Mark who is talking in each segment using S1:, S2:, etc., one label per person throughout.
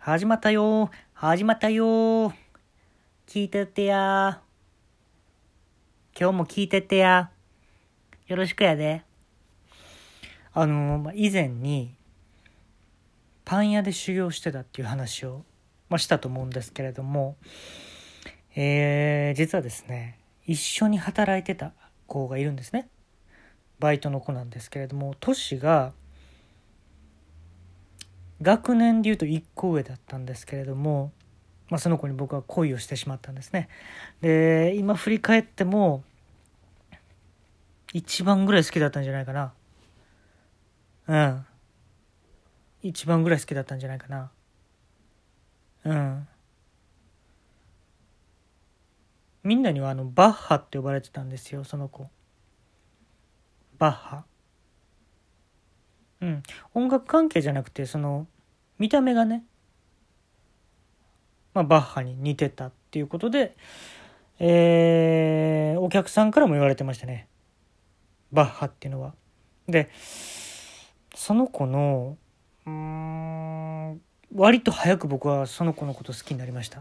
S1: 始まったよ聞いてってや今日も聞いてってやよろしくやで。以前にパン屋で修行してたっていう話を、したと思うんですけれども、実はですね、一緒に働いてた子がいるんですね。バイトの子なんですけれども、年が学年でいうと1個上だったんですけれども、その子に僕は恋をしてしまったんですね。で、今振り返っても一番ぐらい好きだったんじゃないかな。一番ぐらい好きだったんじゃないかな。みんなにはバッハって呼ばれてたんですよ、その子。バッハ。音楽関係じゃなくて、見た目がね、バッハに似てたっていうことで、お客さんからも言われてましたね。バッハっていうのは。で、その子の割と早く僕はその子のこと好きになりました。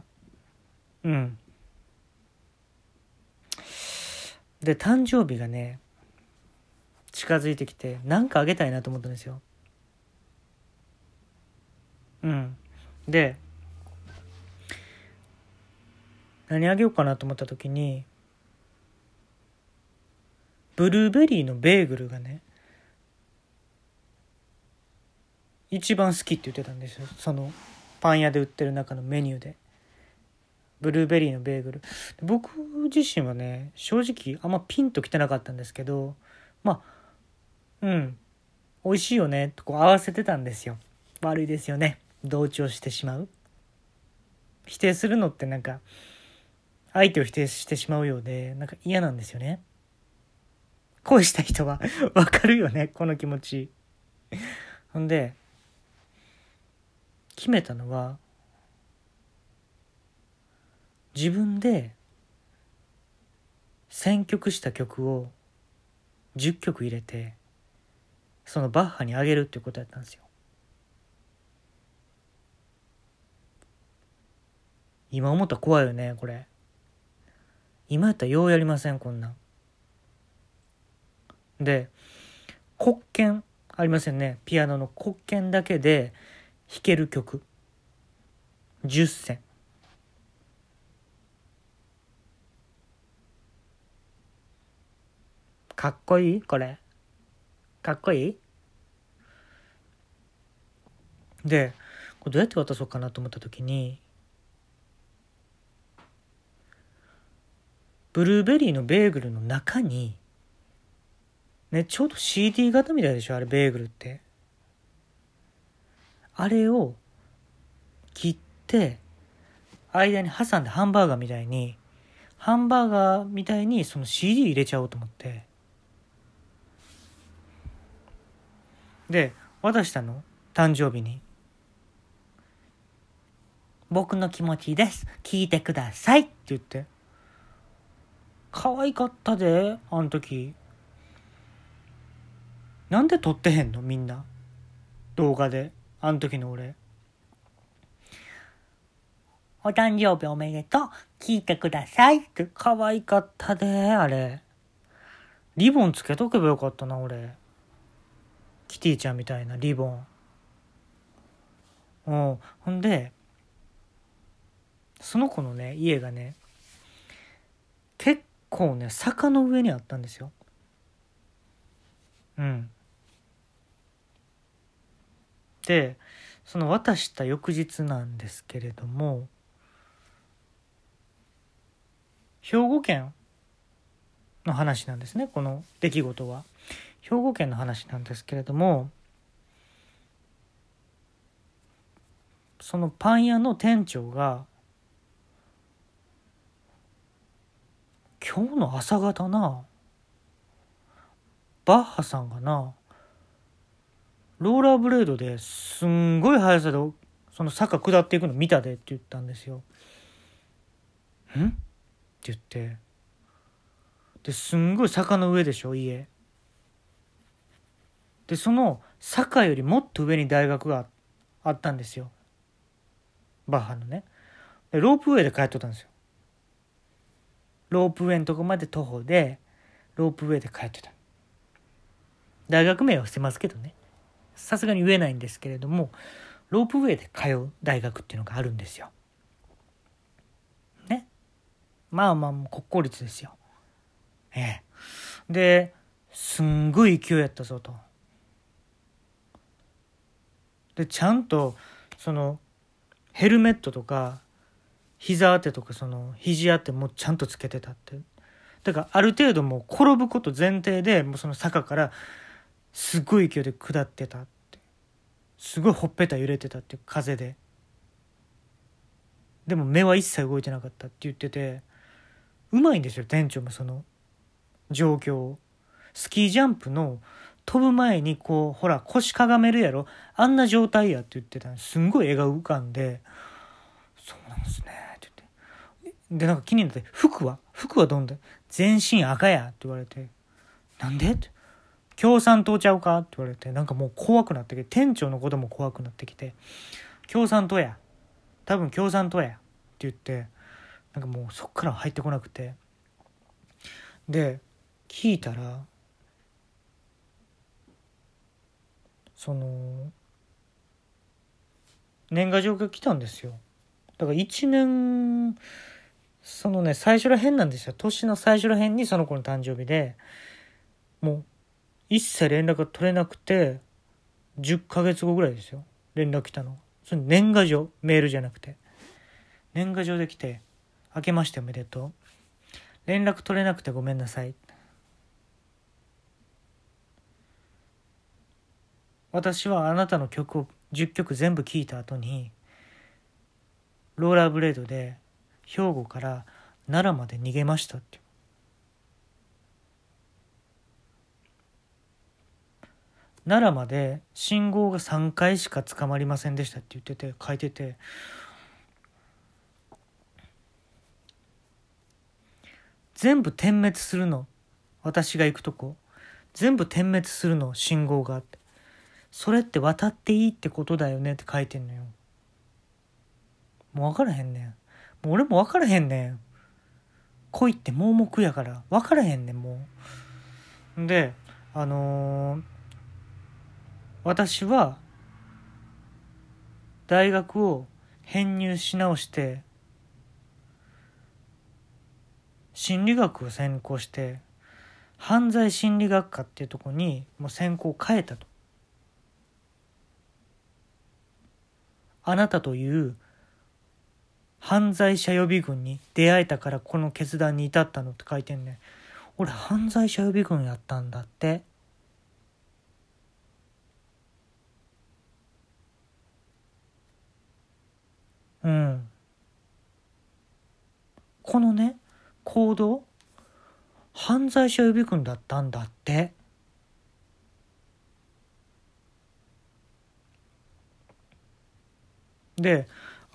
S1: で、誕生日がね近づいてきて、なんかあげたいなと思ったんですよ。で、何あげようかなと思った時に、ブルーベリーのベーグルがね一番好きって言ってたんですよ。そのパン屋で売ってる中のメニューでブルーベリーのベーグル。僕自身はね、正直あんまピンときてなかったんですけど、美味しいよねとこう合わせてたんですよ。悪いですよね、同調してしまう。否定するのってなんか相手を否定してしまうようで、なんか嫌なんですよね。恋した人はわかるよね、この気持ち。ほんで決めたのは、自分で選曲した曲を10曲入れて、そのバッハにあげるっていうことやったんですよ。今思ったら怖いよね、これ。今やったらようやりません、こんなん。で、黒鍵ありませんね。ピアノの黒鍵だけで弾ける曲10選。かっこいい？これかっこいい？で、これどうやって渡そうかなと思った時に、ブルーベリーのベーグルの中にね、ちょうど CD 型みたいでしょ、あれベーグルって。あれを切って間に挟んでハンバーガーみたいにその CD 入れちゃおうと思って、で渡したの、誕生日に。僕の気持ちです、聞いてくださいって言って。可愛かったで、あの時。なんで撮ってへんのみんな、動画で。あの時の俺、お誕生日おめでとう、聞いてくださいって可愛かったで、あれ。リボンつけとけばよかったな、俺。キティちゃんみたいなリボン。ほんで、その子のね、家がね、結構ね、坂の上にあったんですよ。で、その渡した翌日なんですけれども、兵庫県の話なんですね、この出来事は。兵庫県の話なんですけれども、そのパン屋の店長が、今日の朝方な、バッハさんがな、ローラーブレードですんごい速さでその坂下っていくの見たでって言ったんですよ。って言って、ですんごい坂の上でしょ、家で。その坂よりもっと上に大学があったんですよ。 バッハのね。でロープウェイで帰っとったんですよ。ロープウェイのとこまで徒歩でロープウェイで帰ってた。大学名は伏せますけどね、さすがに言えないんですけれども、ロープウェイで通う大学っていうのがあるんですよね。まあまあ国公立ですよ。ですんごい勢いやったぞと。でちゃんとそのヘルメットとか膝当てとかその肘当てもちゃんとつけてたって。だからある程度もう転ぶこと前提でもうその坂からすごい勢いで下ってたって。すごいほっぺた揺れてたって風で。でも目は一切動いてなかったって言ってて、うまいんですよ店長もその状況を。スキージャンプの飛ぶ前にこうほら腰かがめるやろ、あんな状態やって言ってたん。すんごい絵が浮かんで、そうなんですねって言って、でなんか気になって、服はどんで全身赤やって言われて、なんでって共産党ちゃうかって言われて、なんかもう怖くなってきて、店長のことも怖くなってきて、共産党や多分共産党やって言って、なんかもうそっから入ってこなくて、で聞いたらその年賀状が来たんですよ。だから1年そのね最初らへんなんですよ。年の最初らへんにその子の誕生日で、もう一切連絡が取れなくて10ヶ月後ぐらいですよ連絡来たの。それ年賀状、メールじゃなくて年賀状で来て、明けましておめでとう、連絡取れなくてごめんなさい、私はあなたの曲を10曲全部聴いた後にローラーブレードで兵庫から奈良まで逃げましたって。奈良まで信号が3回しか捕まりませんでしたって言ってて、書いてて、全部点滅するの、私が行くとこ全部点滅するの、信号があって、それって渡っていいってことだよねって書いてんのよ。もう分からへんねん。もう俺も分からへんねん。恋って盲目やから分からへんねんもう。で私は大学を編入し直して心理学を専攻して犯罪心理学科っていうところにもう専攻を変えたと。あなたという犯罪者予備軍に出会えたからこの決断に至ったのって書いてんね。俺犯罪者予備軍やったんだって。うん。このね行動、犯罪者予備軍だったんだって。で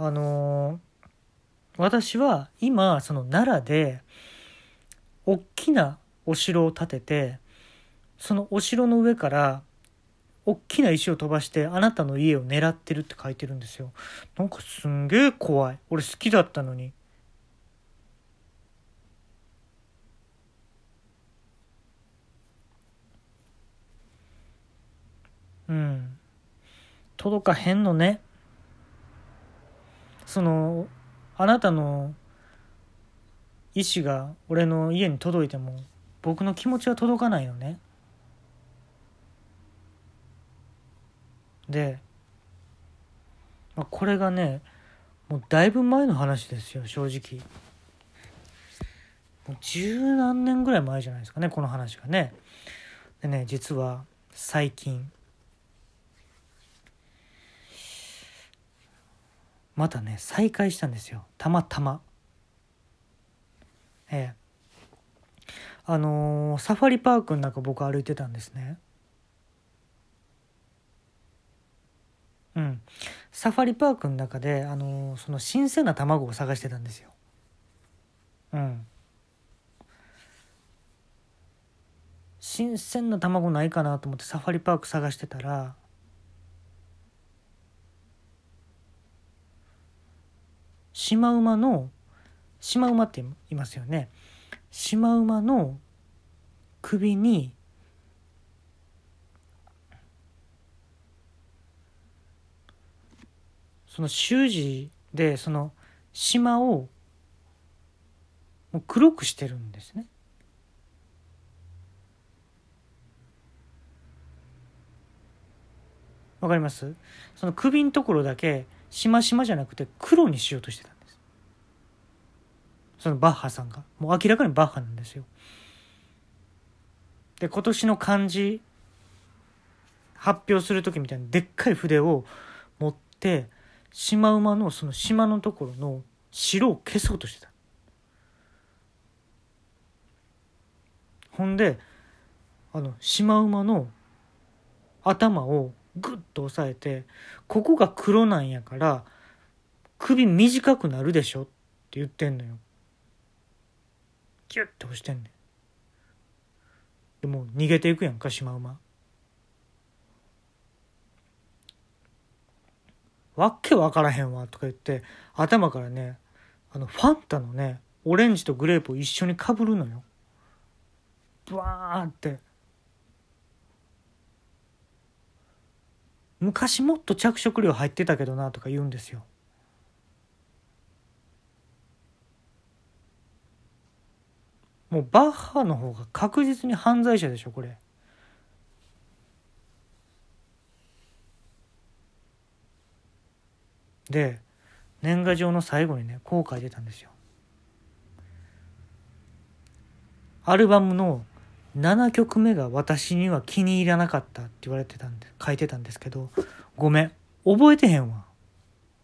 S1: 私は今その奈良で大きなお城を建てて、そのお城の上から大きな石を飛ばしてあなたの家を狙ってるって書いてるんですよ。なんかすんげえ怖い。俺好きだったのに。うん。届かへんのね。そのあなたの意思が俺の家に届いても僕の気持ちは届かないのね。で、これがねもうだいぶ前の話ですよ正直。もう十何年ぐらい前じゃないですかねこの話がね。でね実は最近またね再会したんですよたまたま。ええサファリパークの中僕歩いてたんですね。うん。サファリパークの中でその新鮮な卵を探してたんですよ。うん。新鮮な卵ないかなと思ってサファリパーク探してたら、 シマウマっていますよね。シマウマの首にその習字でそのシマをもう黒くしてるんですね。わかります？その首のところだけしましまじゃなくて黒にしようとしてたんです。そのバッハさんがもう明らかにバッハなんですよ。で今年の漢字発表する時みたいにでっかい筆を持ってシマウマのその島のところの白を消そうとしてた。ほんでシマウマの頭をグッと押さえて、ここが黒なんやから首短くなるでしょって言ってんのよ。ギュッて押してんねん。でもう逃げていくやんかシマウマ。わけわからへんわとか言って頭からねファンタのねオレンジとグレープを一緒にかぶるのよ。ブワーって。昔もっと着色料入ってたけどなとか言うんですよ。もうバッハの方が確実に犯罪者でしょこれ。で年賀状の最後にねこう書いてたんですよ。アルバムの7曲目が私には気に入らなかったって言われてたんで書いてたんですけど、ごめん覚えてへんわ。